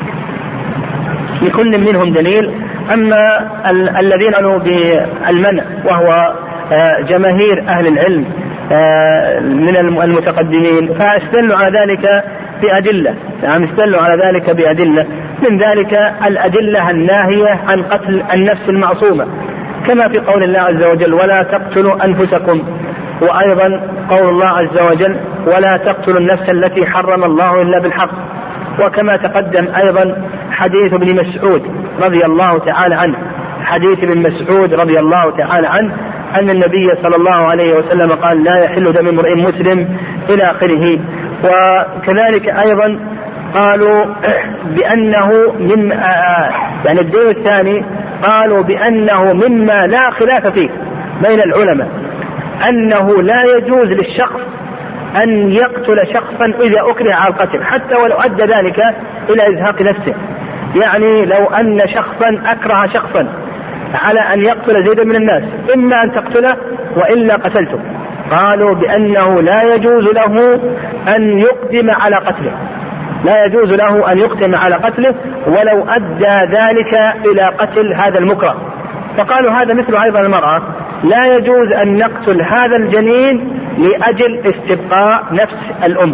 لكل منهم دليل. أما الذين قالوا بالمنع وهو جماهير أهل العلم من المتقدمين فاستدلوا على ذلك بأدلة، يعني استدلوا على ذلك بأدلة، من ذلك الأدلة الناهية عن قتل النفس المعصومة كما في قول الله عز وجل ولا تقتلوا أنفسكم، وأيضا قول الله عز وجل ولا تقتلوا النفس التي حرم الله إلا بالحق. وكما تقدم أيضا حديث ابن مسعود رضي الله تعالى عنه حديث ابن مسعود رضي الله تعالى عنه أن النبي صلى الله عليه وسلم قال لا يحل دم امرئ مسلم إلى آخره. وكذلك أيضا قالوا بأنه من يعني الدين الثاني قالوا بأنه مما لا خلاف فيه بين العلماء أنه لا يجوز للشخص أن يقتل شخصا إذا أكره على القتل حتى ولو أدى ذلك إلى إزهاق نفسه. يعني لو أن شخصا أكره شخصا على أن يقتل زيدا من الناس إما أن تقتله وإلا قتلته، قالوا بأنه لا يجوز له أن يقدم على قتله لا يجوز له أن يقدم على قتله ولو أدى ذلك إلى قتل هذا المكره. فقالوا هذا مثل أيضا المرأة، لا يجوز أن نقتل هذا الجنين لأجل استبقاء نفس الأم.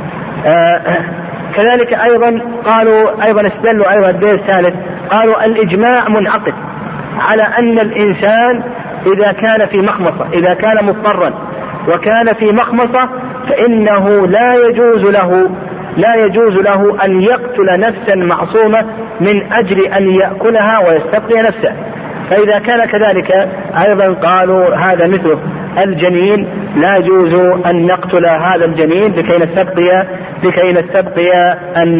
آه كذلك أيضا قالوا أيضا استدلوا أيضا الدليل الثالث، قالوا الإجماع منعقد على أن الإنسان إذا كان في مخمصة، إذا كان مضطرا وكان في مخمصة، فإنه لا يجوز له لا يجوز له أن يقتل نفسا معصومة من أجل أن يأكلها ويستبقي نفسه. فإذا كان كذلك أيضا قالوا هذا مثل الجنين، لا يجوز أن نقتل هذا الجنين لكي نستبقي لكي نستبقي أن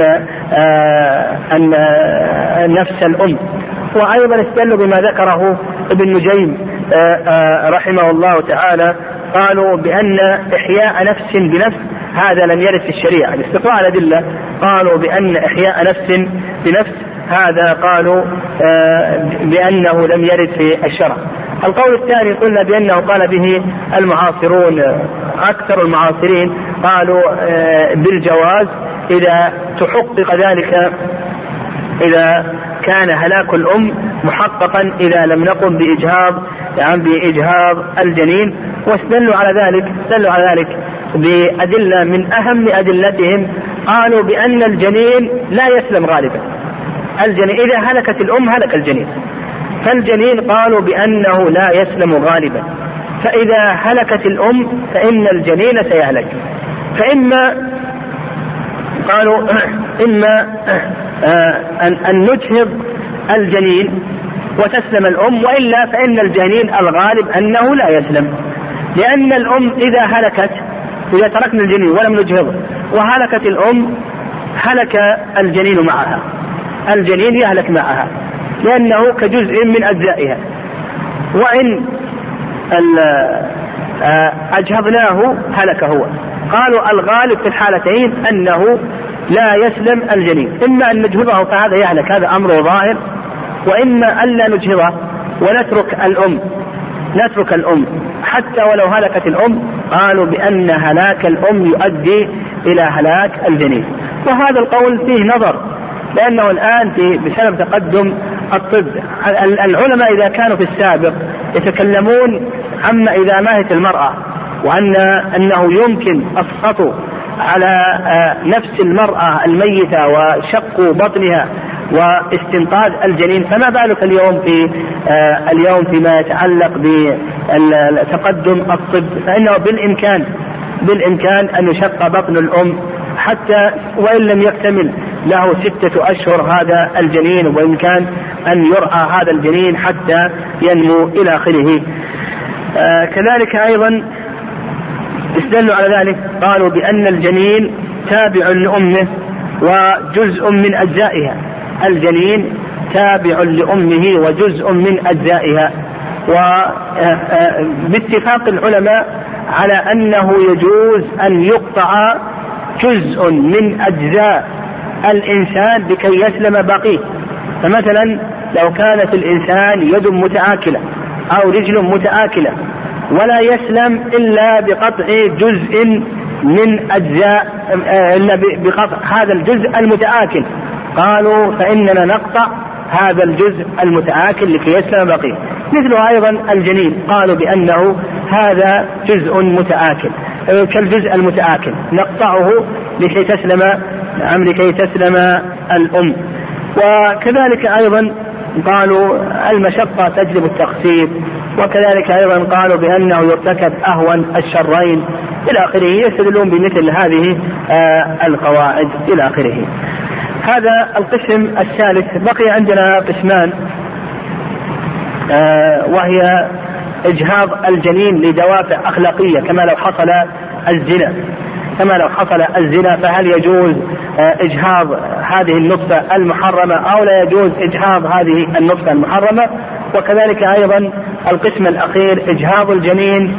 أن نفس الأم. وأيضا استدلوا بما ذكره ابن نجيم رحمه الله تعالى، قالوا بأن إحياء نفس بنفس هذا لم يرد في الشريعة. الاستقراء الأدلة قالوا بأن إحياء نفس بنفس هذا قالوا بأنه لم يرد في الشرع. القول الثاني قلنا بأنه قال به المعاصرون، أكثر المعاصرين قالوا بالجواز إذا تحقق ذلك، إذا كان هلاك الأم محققا إذا لم نقم بإجهاض يعني بإجهاض الجنين. واستدلوا على ذلك استدلوا على ذلك بأدلة من أهم أدلتهم، قالوا بأن الجنين لا يسلم غالبا. الجنين إذا هلكت الأم هلك الجنين، فالجنين قالوا بأنه لا يسلم غالبا، فإذا هلكت الأم فإن الجنين سيهلك. فإما قالوا إما أن نجهض الجنين وتسلم الأم، وإلا فإن الجنين الغالب أنه لا يسلم، لأن الأم إذا هلكت، إذا تركنا الجنين ولم نجهضه وهلكت الأم هلك الجنين معها، الجنين يهلك معها لأنه كجزء من أجزائها. وإن أجهضناه هلك هو. قالوا الغالب في الحالتين أنه لا يسلم الجنين، إما أن نجهضه فهذا يهلك، هذا أمر ظاهر، وإما أن لا نجهضه ونترك الأم نترك الأم حتى ولو هلكت الأم. قالوا بأن هلاك الأم يؤدي إلى هلاك الجنين. وهذا القول فيه نظر، لأنه الآن في بسبب تقدم الطب، العلماء إذا كانوا في السابق يتكلمون عما إذا ماتت المرأة وأن أنه يمكن السطو على نفس المرأة الميتة وشق بطنها واستنقاذ الجنين، فما بالك اليوم في اليوم فيما يتعلق بتقدم الطب، فإنه بالإمكان بالإمكان أن يشق بطن الأم حتى وإن لم يكتمل له ستة أشهر هذا الجنين، وإمكان أن يرعى هذا الجنين حتى ينمو إلى آخره. آه كذلك أيضا استدلوا على ذلك، قالوا بأن الجنين تابع لأمه وجزء من أجزائها، الجنين تابع لأمه وجزء من أجزائها. وباتفاق العلماء على أنه يجوز أن يقطع جزء من أجزاء الإنسان لكي يسلم باقيه. فمثلا لو كانت الإنسان يد متآكلة أو رجل متآكلة ولا يسلم إلا بقطع جزء من أجزاء إلا بقطع هذا الجزء المتآكل، قالوا فإننا نقطع هذا الجزء المتآكل لكي يسلم باقيه. مثل أيضا الجنين، قالوا بأنه هذا جزء متآكل كالجزء المتآكل، نقطعه لكي تسلم نعم لكي تسلم الأم. وكذلك أيضا قالوا المشقة تجلب التخفيف، وكذلك أيضا قالوا بأنه يرتكب أهون الشرين إلى آخره، يستدلون بمثل هذه آه القواعد إلى آخره. هذا القسم الثالث. بقي عندنا قسمان، آه وهي إجهاض الجنين لدوافع أخلاقية، كما لو حصل الزنا كما لو حصل الزنا فهل يجوز إجهاض هذه النطفة المحرمة أو لا يجوز إجهاض هذه النطفة المحرمة. وكذلك أيضا القسم الأخير إجهاض الجنين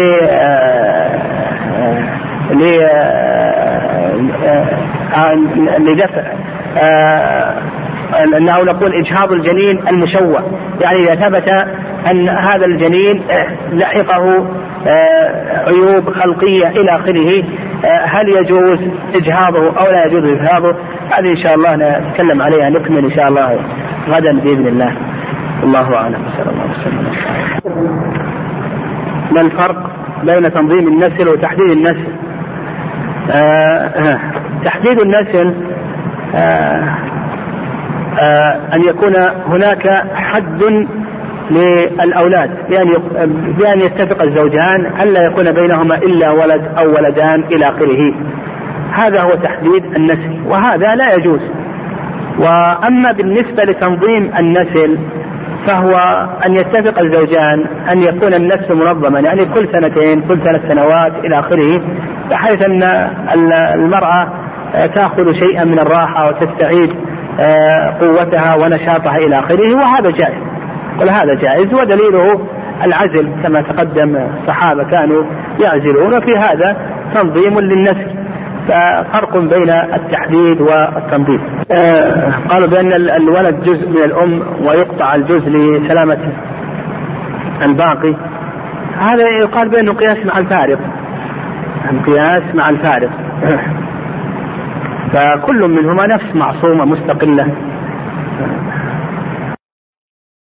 لدفع أنه نقول إجهاض الجنين المشوه، يعني إذا ثبت أن هذا الجنين لحقه عيوب خلقية إلى آخره هل يجوز إجهاضه أو لا يجوز إجهاضه؟ هذه إن شاء الله نتكلم عليها نكمل إن شاء الله غدا بإذن الله. الله أعلم. صلى الله عليه وسلم. ما الفرق بين تنظيم النسل وتحديد النسل؟ آه تحديد النسل آه آه أن يكون هناك حد للأولاد بأن يتفق الزوجان ألا يكون بينهما إلا ولد أو ولدان إلى آخره. هذا هو تحديد النسل وهذا لا يجوز. وأما بالنسبة لتنظيم النسل فهو أن يتفق الزوجان أن يكون النسل منظما، يعني كل سنتين كل ثلاث سنوات إلى آخره، بحيث أن المرأة تأخذ شيئا من الراحة وتستعيد قوتها ونشاطها إلى آخره، وهذا جائز. قل هذا جائز، ودليله العزل كما تقدم الصحابة كانوا يعزلون، وفي هذا تنظيم للنسل. ففرق بين التحديد والتنظيم. آه قالوا بأن الولد جزء من الأم ويقطع الجزء لسلامة الباقي، هذا يقال بأنه قياس مع الفارق، قياس مع الفارق. فكل منهما نفس معصومة مستقلة.